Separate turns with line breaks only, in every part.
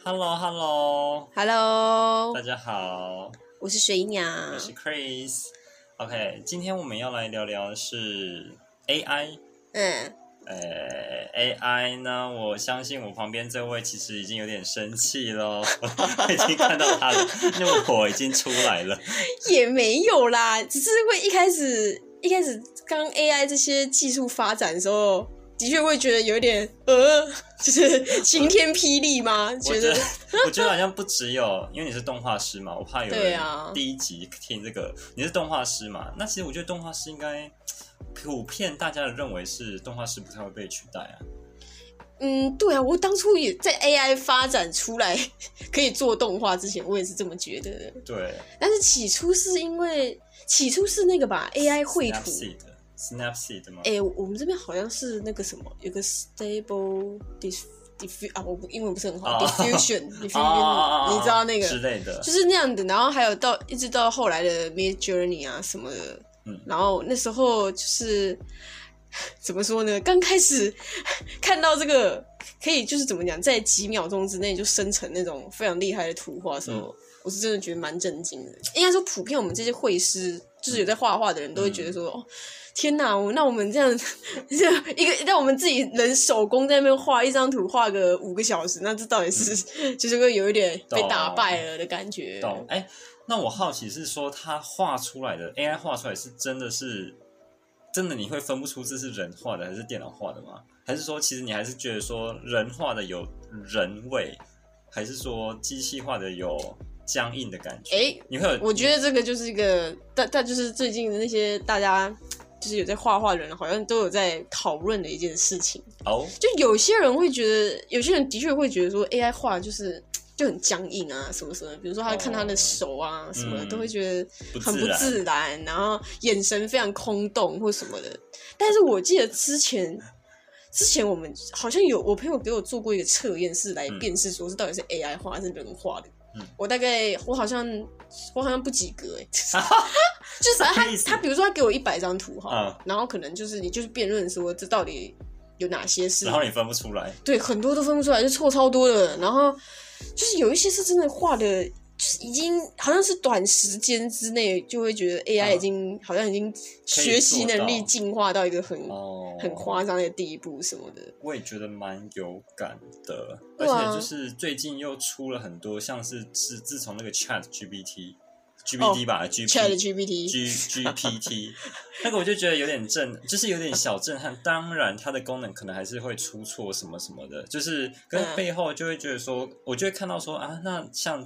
Hello Hello
Hello，
大家好，
我是水鸟，
我是 Chris。OK， 今天我们要来聊聊的是 AI。AI 呢，我相信我旁边这位其实已经有点生气了，我已经看到他的怒火已经出来了。
也没有啦，只是会一开始刚 AI 这些技术发展的时候，的确会觉得有点就是晴天霹雳吗？
我觉得好像不只有，因为你是动画师嘛，我怕有人第一集听这个，你是动画师嘛，那其实我觉得动画师应该普遍大家的认为是动画师不太会被取代啊。
对啊，我当初也在 AI 发展出来可以做动画之前，我也是这么觉得的。
对，
但是起初是那个吧 AI 绘图。
Snapseed 吗？
我们这边好像是那个什么，有个 Stable Diffusion 我英文不是很好，Diffusion， 你知道那个
之类的，
就是那样的。然后还有一直到后来的 Midjourney 啊什么的，然后那时候就是怎么说呢？刚开始看到这个可以就是怎么讲，在几秒钟之内就生成那种非常厉害的图画的时候，我是真的觉得蛮震惊的。应该说，普遍我们这些绘师，就是有在画画的人都会觉得说，哦，天哪！那我们这样让我们自己人手工在那边画一张图，画个5个小时，那这到底是就是会有一点被打败了的感觉。
懂？那我好奇是说，他画出来的 AI 画出来是真的你会分不出这是人画的还是电脑画的吗？还是说其实你还是觉得说人画的有人味，还是说机器画的有僵硬的感觉？你会有？
我觉得这个就是一个，但就是最近的那些大家就是有在画画的人，好像都有在讨论的一件事情。就有些人会觉得，有些人的确会觉得说 AI 画就很僵硬啊，什么什么，比如说他看他的手啊什么的，都会觉得很不自然，然后眼神非常空洞或什么的。但是我记得之前我们好像我朋友给我做过一个测验，是来辨识说是到底是 AI 画还是人画的。我好像不及格就是反正他比如说他给我100张图然后可能就是你就是辩论说这到底有哪些是，
然后你分不出来，
对，很多都分不出来，就错超多的。然后就是有一些是真的画的，就是已经好像是短时间之内就会觉得 AI 好像已经学习能力进化到一个很夸张的地步什么的。
我也觉得蛮有感的，而且就是最近又出了很多，像是自从那个 ChatGPT 吧，GPT 那个我就觉得有点就是有点小震撼。当然，它的功能可能还是会出错什么什么的，就是跟背后就会觉得说，我就会看到说啊，那像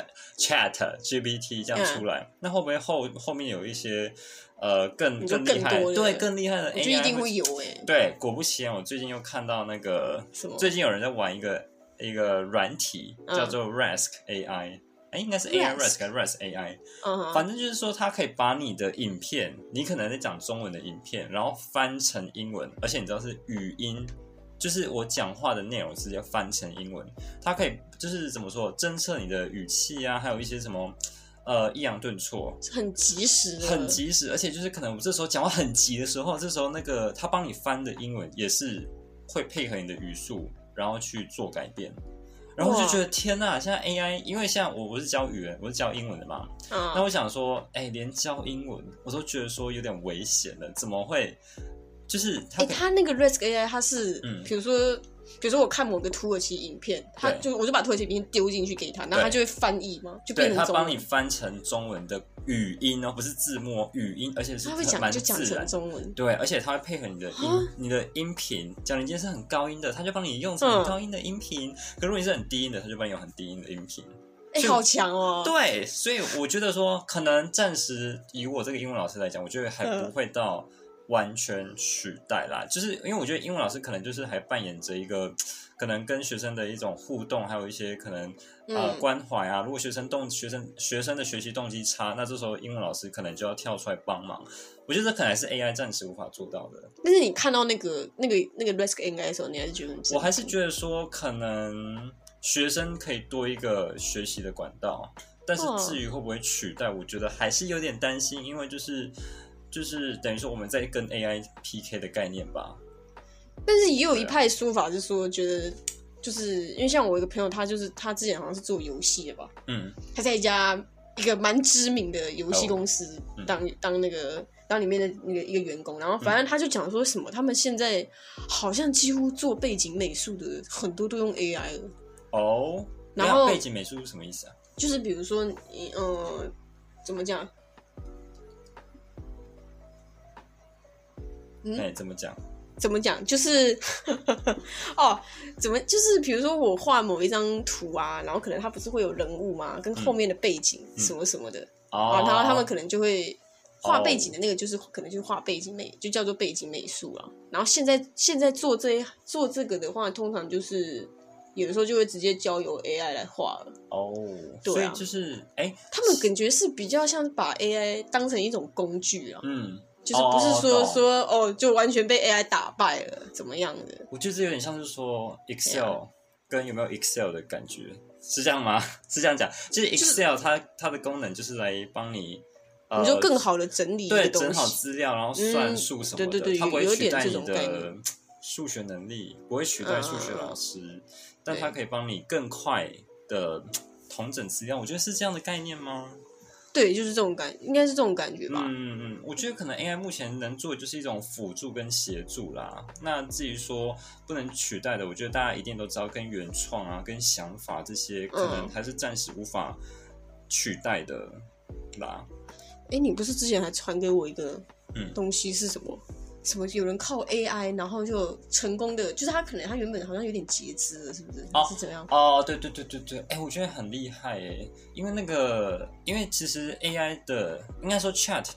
ChatGPT 这样出来，那会不会后面有一些更厉害的，对，更厉害的 AI，
我觉得一定会有
对，果不其然，我最近又看到那个最近有人在玩一个软体叫做 Rask AI。应该是 AI Rask 还是 Rask AI，反正就是说它可以把你的影片，你可能在讲中文的影片，然后翻成英文，而且你知道是语音，就是我讲话的内容直接翻成英文，它可以就是怎么说，侦测你的语气啊，还有一些什么抑扬顿挫，
很及时，
而且就是可能我这时候讲话很急的时候，这时候那个它帮你翻的英文也是会配合你的语速，然后去做改变。然后我就觉得天哪！现在 AI， 因为像我是教语言，我是教英文的嘛，那我想说，连教英文我都觉得说有点危险了，怎么会？就是
他那个 Rask AI， 它是比如说我看某个土耳其影片，我就把土耳其影片丢进去给他，那他就会翻译吗？就变成中文，
他帮你翻成中文的语音哦，不是字幕，语音，而且是蛮自然
中文。
对，而且他会配合你的音频。假如你今天是很高音的，他就帮你用很高音的音频；可如果你是很低音的，他就帮你用很低音的音频。
好强哦！
对，所以我觉得说，可能暂时以我这个英文老师来讲，我觉得还不会到完全取代啦，就是因为我觉得英文老师可能就是还扮演着一个可能跟学生的一种互动，还有一些可能关怀啊。如果学生的学习动机差，那这时候英文老师可能就要跳出来帮忙。我觉得这可能还是 AI 暂时无法做到的。
但是你看到那个 Rask AI 的时候，你还是觉得很
我还是觉得说，可能学生可以多一个学习的管道，但是至于会不会取代，我觉得还是有点担心，因为就是等于说我们在跟 AI PK 的概念吧。
但是也有一派说法是说，觉得就是因为像我一个朋友，他之前好像是做游戏的吧，他在一个蛮知名的游戏公司当里面的那个一个员工，然后反正他就讲说什么，他们现在好像几乎做背景美术的很多都用 AI 了。
哦，然后背景美术是什么意思啊？
就是比如说，怎么讲？怎么讲？就是就是比如说我画某一张图啊，然后可能它不是会有人物嘛，跟后面的背景什么什么的，然后他们可能就会画背景的那个，就是可能就是画背景就叫做背景美术了。然后现在做这个的话，通常就是有的时候就会直接交由 AI 来画了。对啊，
所以就是
他们感觉是比较像把 AI 当成一种工具啊。就是不是说就完全被 AI 打败了怎么样的？
我觉得这有点像是说 Excel 跟有没有 Excel 的感觉，是这样吗？是这样讲，就是 Excel 它的功能就是来帮你
你就更好的整理一个东西，
整好资料，然后算术什么的，
对，
它不会取代你
的
数学能力，不会取代数学老师，但它可以帮你更快的统整资料。我觉得是这样的概念吗？
对，就是这种应该是这种感觉吧。
我觉得可能 AI 目前能做的就是一种辅助跟协助啦。那至于说不能取代的，我觉得大家一定都知道，跟原创啊、跟想法这些，可能还是暂时无法取代的啦。
你不是之前还传给我一个东西是什么？什么有人靠 AI 然后就成功的，就是他原本好像有点截肢了，是不是？是怎样？
对，我觉得很厉害耶，因为其实 AI 的应该说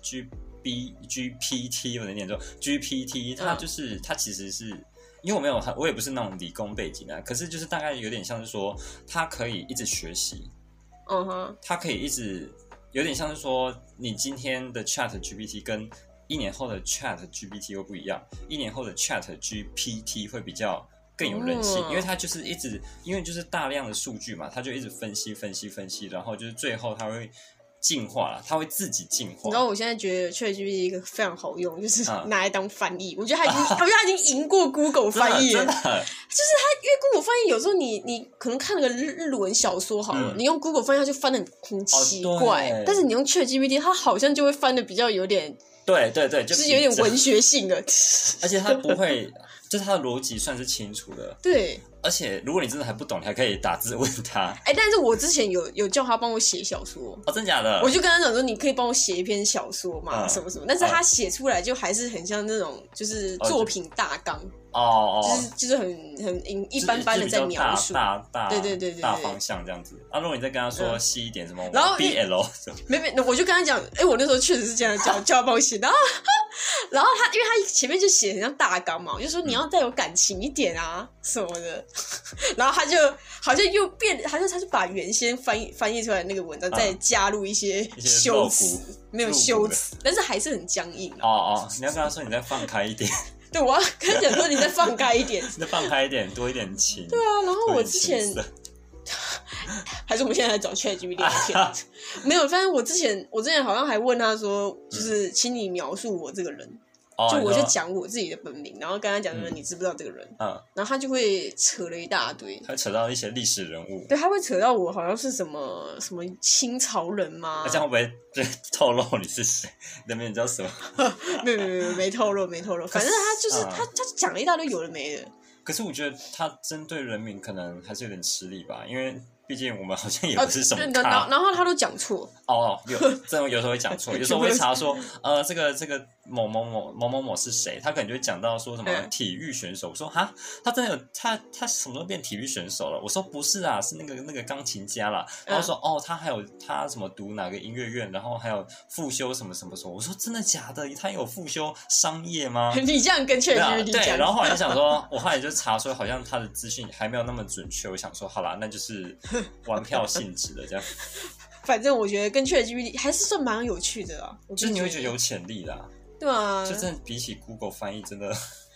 GPT 有点念错 GPT， 它其实是因为我也不是那种理工背景啊，可是就是大概有点像是说它可以一直学习，它可以一直有点像是说你今天的 ChatGPT 跟1年后的 ChatGPT 又不一样，1年后的 ChatGPT 会比较更有韧性，因为它就是因为就是大量的数据嘛，它就一直分析，然后就是最后它会进化了，它会自己进化。
你知道我现在觉得 ChatGPT 一个非常好用，就是拿来当翻译，我觉得它已经赢过 Google 翻译了。真的，就是它，因为 Google 翻译有时候你可能看了个日文小说好了，你用 Google 翻译它就翻得很奇怪，但是你用 ChatGPT 它好像就会翻得比较有点。对，就是有点文学性的，
而且它不会，就是它的逻辑算是清楚的。
对，
而且如果你真的还不懂，你还可以打字问他。
但是我之前有叫他帮我写小说。
真假的？
我就跟他讲说，你可以帮我写一篇小说嘛，什么什么。但是他写出来就还是很像那种，就是作品大纲。就是很一般般的在描述，对
大方向这样子。如果你再跟他说细一点，什么
然后
BL，
没，我就跟他讲，我那时候确实是这样叫他帮我写，然后他因为他前面就写很像大纲嘛，我就说你要再有感情一点啊什么的，然后他就好像又他就把原先翻译出来那个文章再加入一些修辞，没有修辞，但是还是很僵硬。
你要跟他说你再放开一点。
对，我要跟他讲说，你再放开一点，
再放开一点，多一点情。
对啊，然后我之前还是我们现在来找 ChatGPT 聊天，没有。反正我之前好像还问他说，就是请你描述我这个人，就我就讲我自己的本名，然后跟他讲说你知不知道这个人，然后他就会扯了一大堆，
他会扯到一些历史人物，
对，他会扯到我好像是什么清朝人吗？
那这样会不会就透露你是谁？你的名字叫什么？
没透露，反正他就是他讲了一大堆有的没的。
可是我觉得他针对人名可能还是有点吃力吧，因为毕竟我们好像也不是什么咖，
然后他都讲错
真的有时候会讲错，有时候会查说这个某某是谁，他可能就会讲到说什么体育选手，我说哈，他真的有他什么时候变体育选手了？我说不是啊，是那个钢琴家啦。然后说他还有他什么读哪个音乐院，然后还有复修什么什么什么。我说真的假的？他有复修商业吗？
你这样跟ChatGPT讲，
对，然后后来就想说，我后来就查说好像他的资讯还没有那么准确，我想说好啦，那就是玩票性质的这样。
反正我觉得跟 ChatGPT 还是算蛮有趣的啊，
就是你会觉得有潜力啦。对
啊，
就真的比起 Google 翻译真的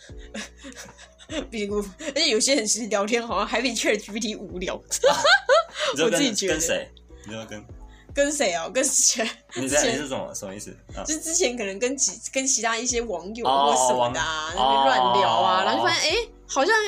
比 Google， 而且有些人其实聊天好像还比 ChatGPT 无聊。我自己觉得。
跟谁？你说
跟谁啊？跟谁？
你是什么意思？
就是之前可能跟其他一些网友或什么的那边乱聊啊，然后就发现好像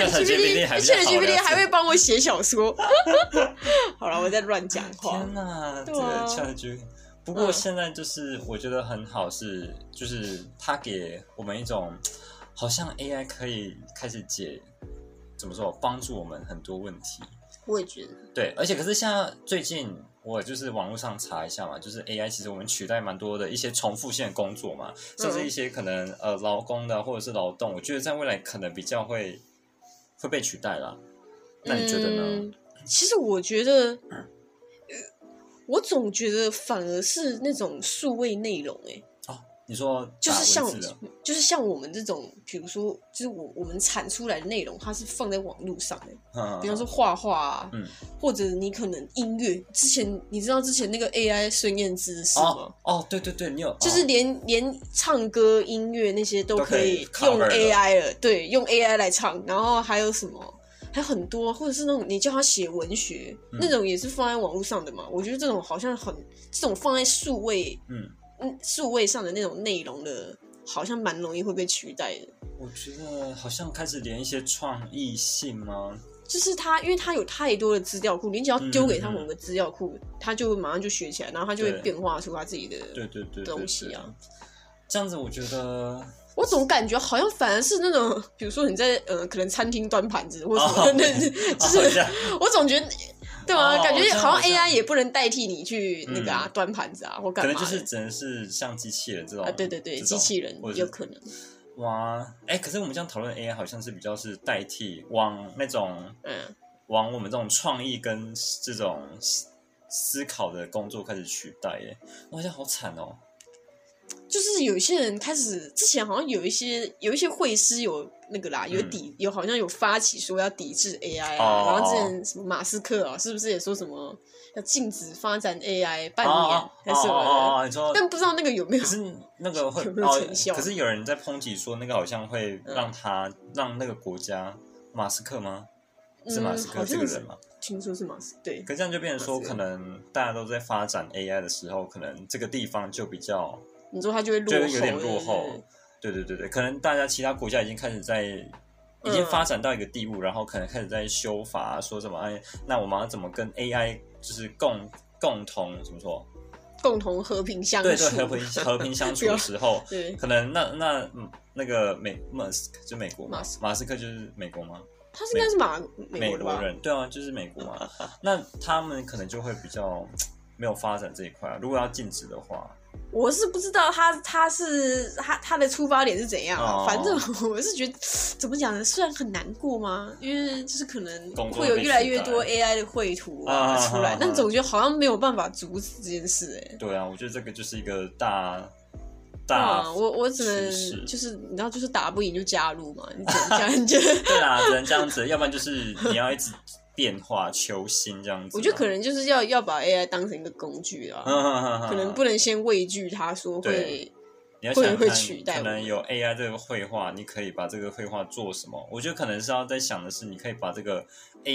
ChatGPT 还会帮我写小说。好了，我在乱讲话。
天哪，这个 ChatGPT。不过现在就是我觉得很好是，就是它给我们一种好像 AI 可以开始怎么说，帮助我们很多问题。
我也觉得。对，
而且可是现在最近我就是网络上查一下嘛，就是 AI 其实我们取代蛮多的一些重复性的工作嘛，甚至一些可能劳工的或者是劳动，我觉得在未来可能比较会被取代啦。那你觉得呢？
其实我觉得。我总觉得反而是那种数位内容
你说
就是像我们这种，比如说就是我们产出来的内容，它是放在网络上的，比方说画画啊，或者你可能音乐。你知道之前那个 AI 孙燕姿是吗？
对对对，你有，
就是连唱歌音乐那些都可以用 AI 了，对，用 AI 来唱，然后还有什么？还有很多，或者是那种你叫他写文学，那种也是放在网络上的嘛。我觉得这种好像这种放在数位上的那种内容的，好像蛮容易会被取代的。
我觉得好像开始连一些创意性吗？
就是因为他有太多的资料库，你只要丢给他某个资料库，他就马上就学起来，然后他就会变化出他自己的东西啊。
这样子我觉得。
我总感觉好像反而是那种，比如说你在可能餐厅端盘子或什么，就是我总觉得，对吗？感觉好像 AI 也不能代替你去那个端盘子啊或干嘛，
可能就是只能是像机器人这种
对对对，机器人有可能。
哇，可是我们这样讨论 AI 好像是比较是代替往那种往我们这种创意跟这种思考的工作开始取代耶，好像好惨哦。
就是有些人开始之前好像有一些会师有那个啦，有好像有发起说要抵制 AI 啊，然后之前什么马斯克啊，是不是也说什么要禁止发展 AI 半年还是什么的？
你说，
但不知道那个有没有？
可是那个会
有没有成效？
可是有人在抨击说那个好像会让那个国家马斯克吗？是马斯克这个人吗？
听说是马斯克，对。
可是这样就变成说，可能大家都在发展 AI 的时候，可能这个地方就比较。
你说它就会落后，
有点落后。对，可能大家其他国家已经开始已经发展到一个地步，然后可能开始在修法，说什么那我们要怎么跟 AI 就是共同怎么说？
共同和平相处。
对，和平相处的时候，
对，
可能那个就美国嘛，马斯克就是美国吗？
他应该是美
国人，对啊，就是美国嘛。那他们可能就会比较没有发展这一块。如果要禁止的话。
我是不知道他的出发点是怎样反正我是觉得怎么讲呢？虽然很难过嘛，因为就是可能会有越来越多 AI 的绘图出来，但总觉得好像没有办法阻止这件事
对啊，我觉得这个就是一个大
我只能就是你知道，就是打不赢就加入嘛，你只能这样就
对啊，只能这样子，要不然就是你要一直。变化求新这样子，
我觉得可能就是要把 AI 当成一个工具啊，可能不能先畏惧它说会取代。
可能有 AI 这个绘画，你可以把这个绘画做什么？我觉得可能是要在想的是，你可以把这个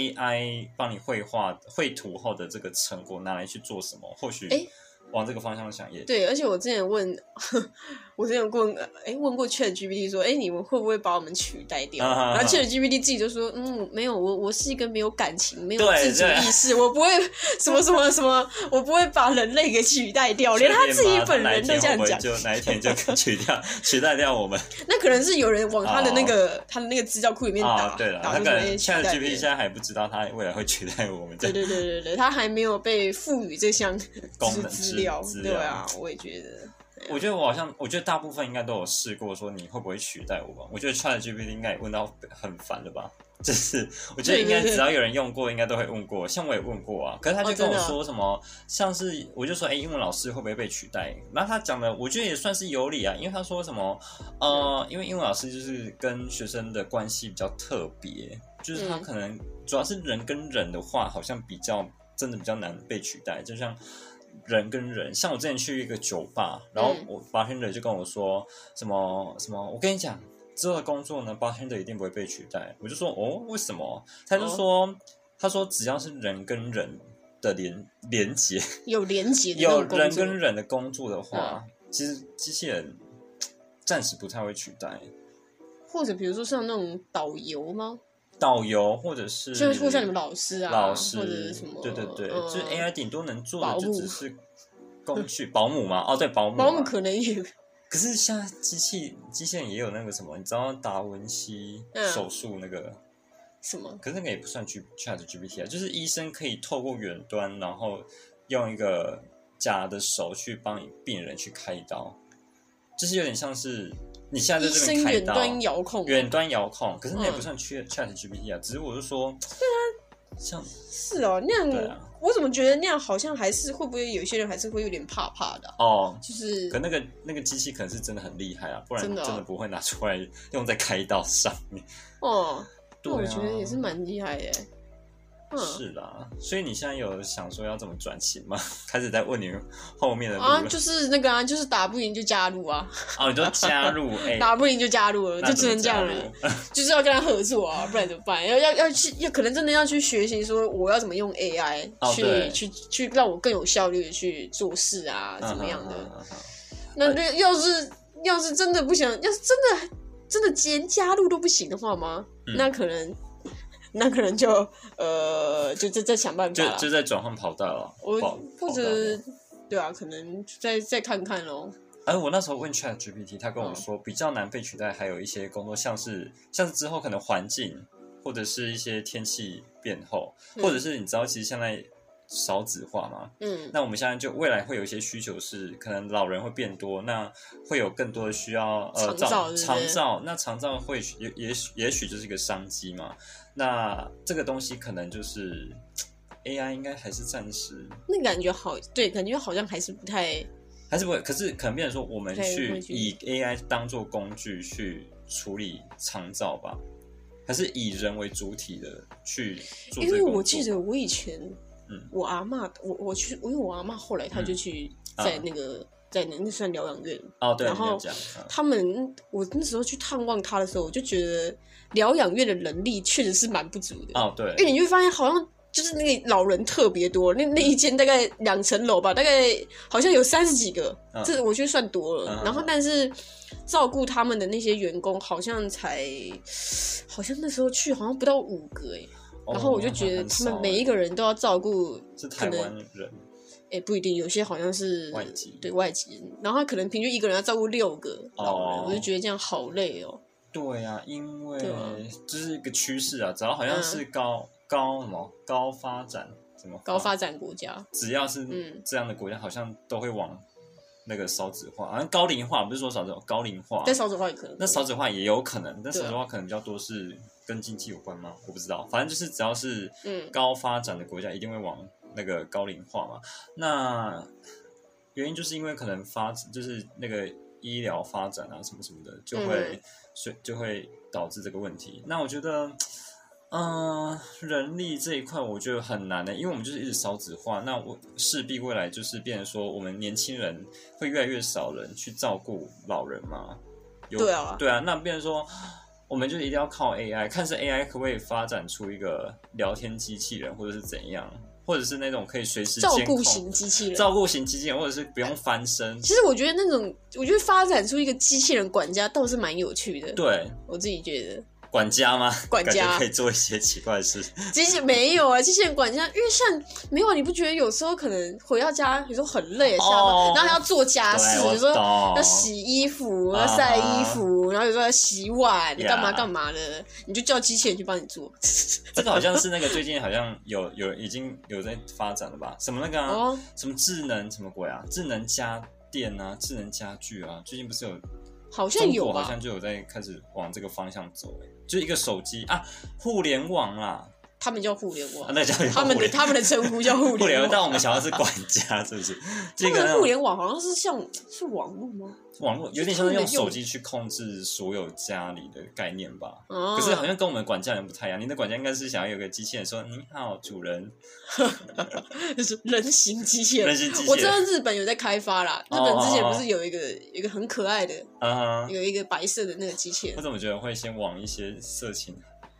AI 帮你绘图后的这个成果拿来去做什么？或许往这个方向想也
对。而且我之前问过 ChatGPT 说，你们会不会把我们取代掉？然后 ChatGPT 自己就说，没有，我是一个没有感情、没有自主意识，我不会什么，我不会把人类给取代掉，连他自己本人都这样讲。
哪一天就取代掉我们？
那可能是有人往他的那个资料库里面打。
对了，他可能 ChatGPT 现在还不知道他未来会取代我们。
对，他还没有被赋予这项
功能
资料。对啊，我也觉得。
我觉得大部分应该都有试过说你会不会取代我吧？我觉得 ChatGPT 应该也问到很烦了吧？就是我觉得应该只要有人用过，应该都会问过。像我也问过啊，可是他就跟我说什么，像是我就说英文老师会不会被取代？然后他讲的我觉得也算是有理啊，因为他说什么因为英文老师就是跟学生的关系比较特别，就是他可能主要是人跟人的话，好像真的比较难被取代，就像。人跟人，像我之前去一个酒吧，然后我bartender就跟我说什么，我跟你讲，之后的工作呢，bartender一定不会被取代。我就说为什么？他就说，他说只要是人跟人的连结，
有连结，
有人跟人的工作的话，其实机器人暂时不太会取代。
或者比如说像那种导游吗？
导游或者是
就像你们老师啊，
或者
是什么？
对，就是 AI 顶多能做的就只是工具，保姆嘛，哦对，保姆
可能也。
可是现在机器人也有那个什么，你知道达文西手术那个
什么？
可是那个也不算 ChatGPT 啊，就是医生可以透过远端，然后用一个假的手去帮病人去开刀，就是有点像是你现在在这边开刀，远端遥控，可是那也不算 ChatGPT 啊，只是我就说，对
啊，
像
是哦，那样，我怎么觉得那样好像还是会不会有些人还是会有点怕怕的就是，
可那个机器可能是真的很厉害啊，不然真的不会拿出来用在开刀上面。
那我觉得也是蛮厉害的。
是啦，所以你现在有想说要怎么转型吗？开始在问你后面的路
了就是那个就是打不赢就加入啊。
你就加入，
打不赢就加入了，就只能这样了，就是要跟他合作啊，不然怎么办？要可能真的要去学习说我要怎么用 AI 去让我更有效率的去做事啊，怎么样的？那要是真的不想，要是真的连加入都不行的话吗？那可能就再想办法啦，
就在转换跑道了，
或者对啊，可能再看看咯。
我那时候问 ChatGPT， 他跟我说比较难被取代，还有一些工作像是之后可能环境或者是一些天气变厚，或者是你知道其实现在少子化嘛，那我们现在就未来会有一些需求是可能老人会变多，那会有更多的需要长照，那长照会也许就是一个商机嘛。那这个东西可能就是 AI 应该还是暂时，
那感觉好，对，感觉好像还是不太，
还是不会。可是可能变成说我们去以 AI 当做工具去处理长照吧，还是以人为主体的去做这个工作？因为
我记得我以前，我阿嬷，因为我阿嬷后来她就去在那个。在那算疗养院
对，
然后他们，我那时候去探望他的时候，我就觉得疗养院的人力确实是蛮不足的
对，
因为你会发现好像就是那个老人特别多，那一间大概2层楼吧，大概好像有30几个，这我觉得算多了。然后但是照顾他们的那些员工好像那时候去好像不到5个然后我就觉得他们每一个人都要照顾，
是台湾人。
不一定，有些好像是
外籍，
对外籍人，然后他可能平均一个人要照顾6个老人，我就觉得这样好累哦。
对啊，因为这是一个趋势啊，只要好像是高发展
高发展国家，
只要是这样的国家，好像都会往那个少子化，好像高龄化，不是说少子化，高龄化，
但少子化也可能，
那少子化也有可能，但少子化可能比较多是跟经济有关吗？我不知道，反正就是只要是高发展的国家，一定会往那个高龄化嘛。那原因就是因为可能就是那个医疗发展啊什么什么的，就会导致这个问题。那我觉得人力这一块我觉得很难的，因为我们就是一直少子化，那我势必未来就是变成说我们年轻人会越来越少人去照顾老人嘛。
对啊，
那变成说我们就一定要靠 AI， 看是 AI 可不可以发展出一个聊天机器人，或者是怎样，或者是那种可以随时监控
照顾型机器人，
或者是不用翻身。
其实我觉得发展出一个机器人管家倒是蛮有趣的。
对，
我自己觉得。
管家吗？
管家
可以做一些奇怪的事。
机器没有机器人管家，因为像没有你不觉得有时候可能回到家，比如说很累下班，然后还要做家事，比如说要洗衣服、要晒衣服，然后有时候要洗碗，干嘛的，你就叫机器人去帮你做。
这个好像是那个最近好像已经有在发展了吧？什么那个什么智能什么鬼啊？智能家电啊，智能家具啊，最近不是有？
好像有吧，
中国好像就有在开始往这个方向走，就一个手机互联网啦，
他们叫互联网，
那叫
他们的称呼叫互联网，
但我们想要是管家，是不是？
这个互联网好像是网络吗？
网络有点像是用手机去控制所有家里的概念吧，可是好像跟我们管家人不太一样。您的管家应该是想要有个机器人说“你好，主人”，
就是人形机器人。我知道日本有在开发啦，日本之前不是有一个很可爱的，有一个白色的那个机器人。
我怎么觉得会先往一些色情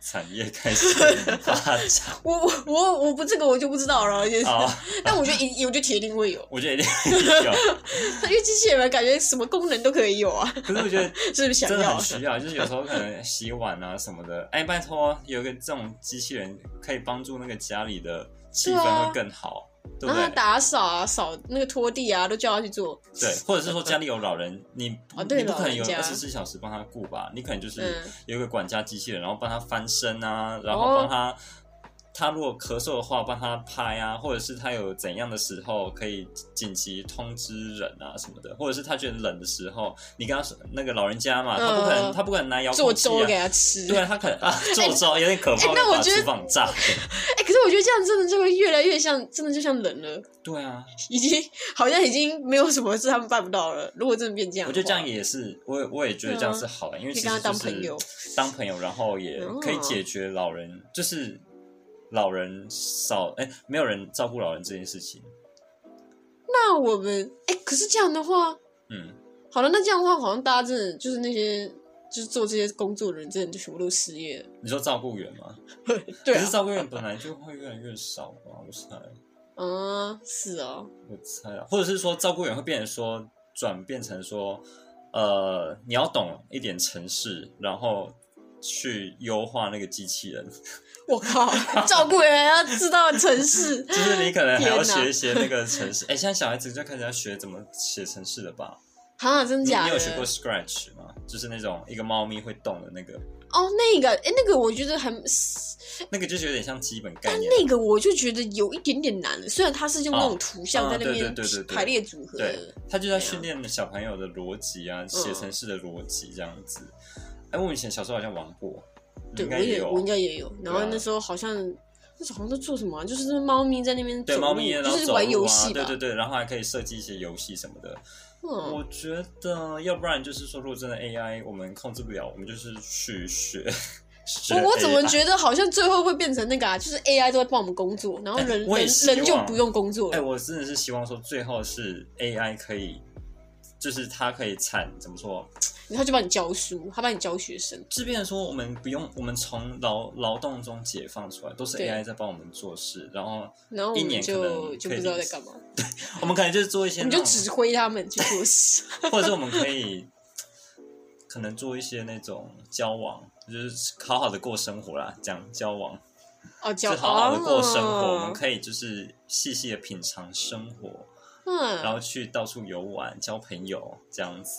产业开始发展。
我不这个我就不知道了，但我觉得我觉得铁定会有，
我觉得一定会有，
因为机器人感觉什么功能都可以有啊。
可是我觉得
是不是想要
真的很需要，就是有时候可能洗碗啊什么的，哎，拜托有一个这种机器人可以帮助那个家里的气氛会更好。对不对？
然后打扫啊，扫那个拖地啊，都叫他去做。
对，或者是说家里有老人，你不可能有24小时帮他顾吧？你可能就是有一个管家机器人，然后帮他翻身啊，然后帮他如果咳嗽的话，帮他拍啊，或者是他有怎样的时候可以紧急通知人啊什么的，或者是他觉得冷的时候，你跟他说那个老人家嘛，他不可能拿遥控器
做粥给他吃，
对，他可能做粥有点可怕，
那我觉得
把厨房炸。
可是我觉得这样真的就会越来越像，真的就像人了。
对啊，
好像已经没有什么是他们办不到了。如果真的变这样，
我觉得这样也是，我也觉得这样是好的，因为其实就是当朋友，然后也可以解决老人就是老人没有人照顾老人这件事情。
那我们可是这样的话，好了，那这样的话，好像大家真的就是那些就是做这些工作的人，真的就全部都失业了。
你说照顾员吗？
对、
可是照顾员本来就会越来越少吧，我猜。
是啊，
我猜啊，或者是说照顾员会转变成说，你要懂一点程式，然后去优化那个机器人。
我靠，照顾员要知道程式，
就是你可能还要学一些那个程式。现在小孩子就开始要学怎么写程式了吧？
真假的？
你有学过 Scratch 吗？就是那种一个猫咪会动的那个。
那个我觉得
那个就是有点像基本概念。
但那个我就觉得有一点点难了，虽然它是用那种图像在那边排列组合的，
对，它就在训练小朋友的逻辑啊，写程式的逻辑这样子。我以前小时候好像玩过。
对，我应该也有。然后那时候好像在做什么就是那猫咪在那边走路，
对，猫咪
就是玩游戏吧。
对，然后还可以设计一些游戏什么的。我觉得要不然就是说，如果真的 AI 我们控制不了，我们就是去学。
我怎么觉得好像最后会变成那个就是 AI 都在帮我们工作，然后人就不用工作了。
我真的是希望说最后是 AI 可以，就是它可以怎么说？
他就帮你教书，他帮你教学生。
是变成说我们不用，我们从劳动中解放出来，都是 AI 在帮我们做事，然后一年可能
就不知道在干嘛。
对，我们可能就是做一些，
我们就指挥他们去做事，
或者是我们可能做一些那种交往，就是好好的过生活啦，讲交往。就好好的过生活，我们可以就是细细的品尝生活，然后去到处游玩、交朋友这样子。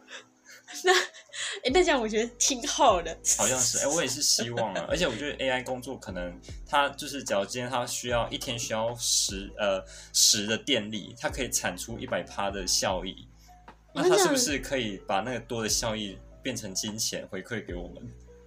那这样我觉得挺好的，
好像是我也是希望啊，而且我觉得 AI 工作可能它就是假如今天它一天需要10的电力，它可以产出100%的效益，那它是不是可以把那个多的效益变成金钱回馈给我们？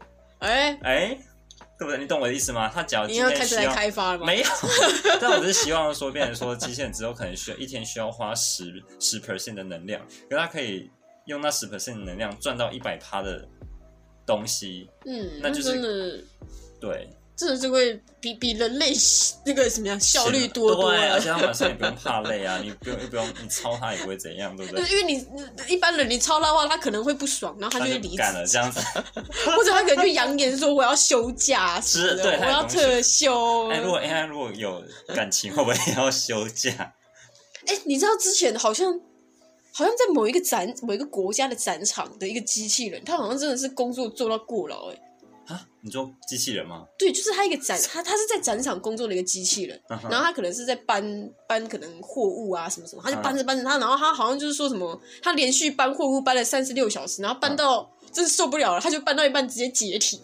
对不对？你懂我的意思吗？他假如今天
你要开始来开发了吗？
没有，但我只是希望说，变成说机器人之后可能一天需要花10% 的能量，可是它可以用那10% 的能量赚到100%的东西，那就是
真的
对，
真的是会比人类那个什么样效率多了，
对，而且他晚上也不用怕累啊，你不用你操他也不会怎样，对不对？
因为你一般人你操他的话，他可能会不爽，然后他就会离职
了这样子，
或者他可能就扬言说我要休假，
对，
我要特休。
如果 AI 如果有感情，会不会也要休假？
你知道之前好像在某一个国家的展场的一个机器人，他好像真的是工作做到过劳
你说机器人吗？
对，就是他一个他是在展场工作的一个机器人，然后他可能是在搬可能货物啊什么什么，他就搬着他，然后他好像就是说什么，他连续搬货物搬了36小时，然后搬到真是受不了了，他就搬到一半直接解体。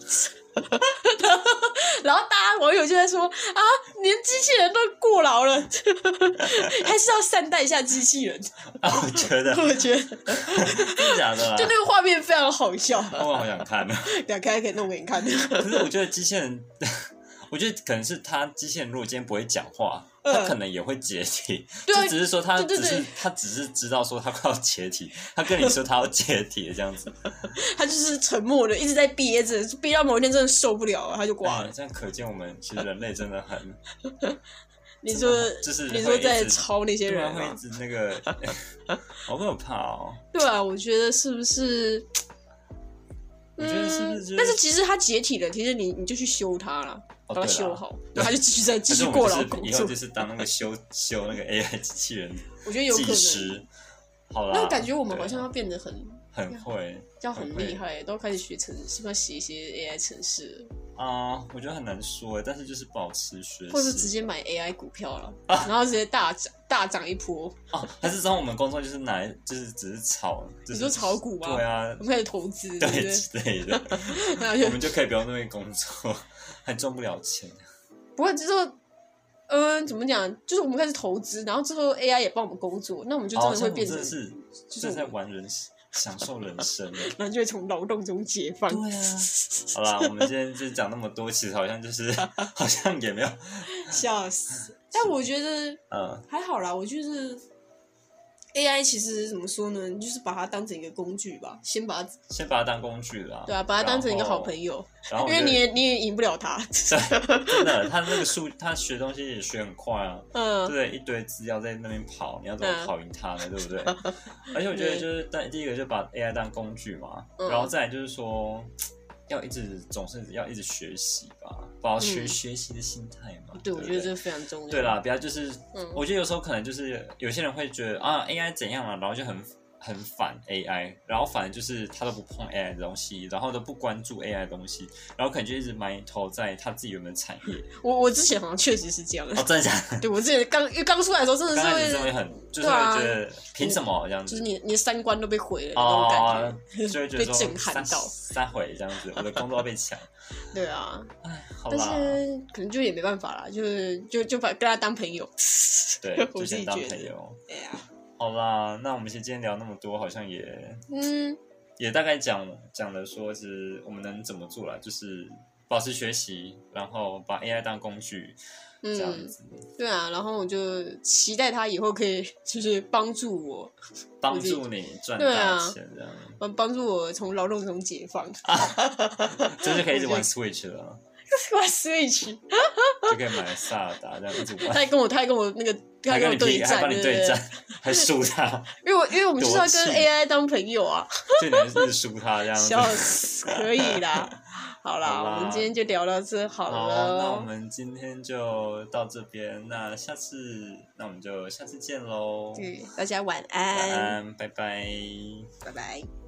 然后大家网友就在说连机器人都过劳了，还是要善待一下机器人。
我觉得真的假的啦？
就那个画面非常好笑，
我好想看
两开可以弄给你看。
可是我觉得机器人，我觉得可能是机器人如果今天不会讲话，他可能也会解体。就只是说他只是知道说他快要解体，他跟你说他要解体这样子。
他就是沉默的，一直在憋着，憋到某一天真的受不了了，他就挂了。
这样可见我们其实人类真的很。
你说在抄那些人
会一直那个，好可怕哦。
对啊，我觉得是不是？
我觉得是不是？
但是其实它解体了，其实你就去修它了，把它修好，然后它就继续过劳工作。
以后就是当那个修那个 AI 机器人，
我觉得有可
能。好啦，
那感觉我们好像要变得很
会，
要很厉害，都开始学程式，是不是要写一些 AI 程式
我觉得很难说，但是就是保持学习，
或者是直接买 AI 股票了，然后直接大涨一波。
还是说我们工作就是就是只是炒，
你说炒股吗？
对啊，
我们开始投资，
对之类的，我们就可以不用那边工作，还赚不了钱。
不过之后。怎么讲？就是我们开始投资，然后之后 AI 也帮我们工作，那我们就真的会变成
就是在玩享受人生，
然后就会从劳动中解放。
对啊，好啦，我们今天就讲那么多，其实好像也没有
笑死。但我觉得还好啦，我觉得 AI 其实怎么说呢？你就是把它当成一个工具吧，先把它
当工具啦。
对啊，把它当成一个好朋友。然后因为你也赢不了他。
真的，他那个他学东西也学很快啊。对，一堆资料在那边跑，你要怎么跑赢他呢？对不对？而且我觉得就是第一个就把 AI 当工具嘛，然后再来就是说。总是要一直学习吧，保持学习的心态嘛。
对，我觉得这非常重要。
对啦，不要就是，我觉得有时候可能就是有些人会觉得AI 怎样啊，然后就很反 AI， 然后反正就是他都不碰 AI 的东西，然后都不关注 AI 的东西，然后可能就一直埋头在他自己原本的产业。
我之前好像确实是这样的。
真的假的？
对，我之前刚出来的时候真的是
会就是会觉得凭什么这样子？
就是你的三观都被毁了那种感
觉，就会觉得
被震撼到，
三毁这样子，我的工作要被抢。
对啊，
好啦，
但是可能就也没办法啦，就跟他当朋友。
对，就先当朋友。
对啊。
好啦，那我们今天聊那么多，好像也大概讲了说是我们能怎么做啦，就是保持学习，然后把 AI 当工具，这样子。
对啊，然后我就期待他以后可以就是帮助你
赚大钱，这样
帮助我从劳动中解放，
真是可以一直玩 Switch 了。
玩 Switch
就可以买萨尔达这样一直玩。
他还跟我那个，他跟我对战，
还帮你对战，还输他。
因为我们就是要跟 AI 当朋友啊。
就你一直输他这样子。
笑死，可以啦。好啦，我们今天就聊到这好了。
那我们今天就到这边，那我们就下次见喽。
对，大家晚安。
晚安，拜拜。
拜拜。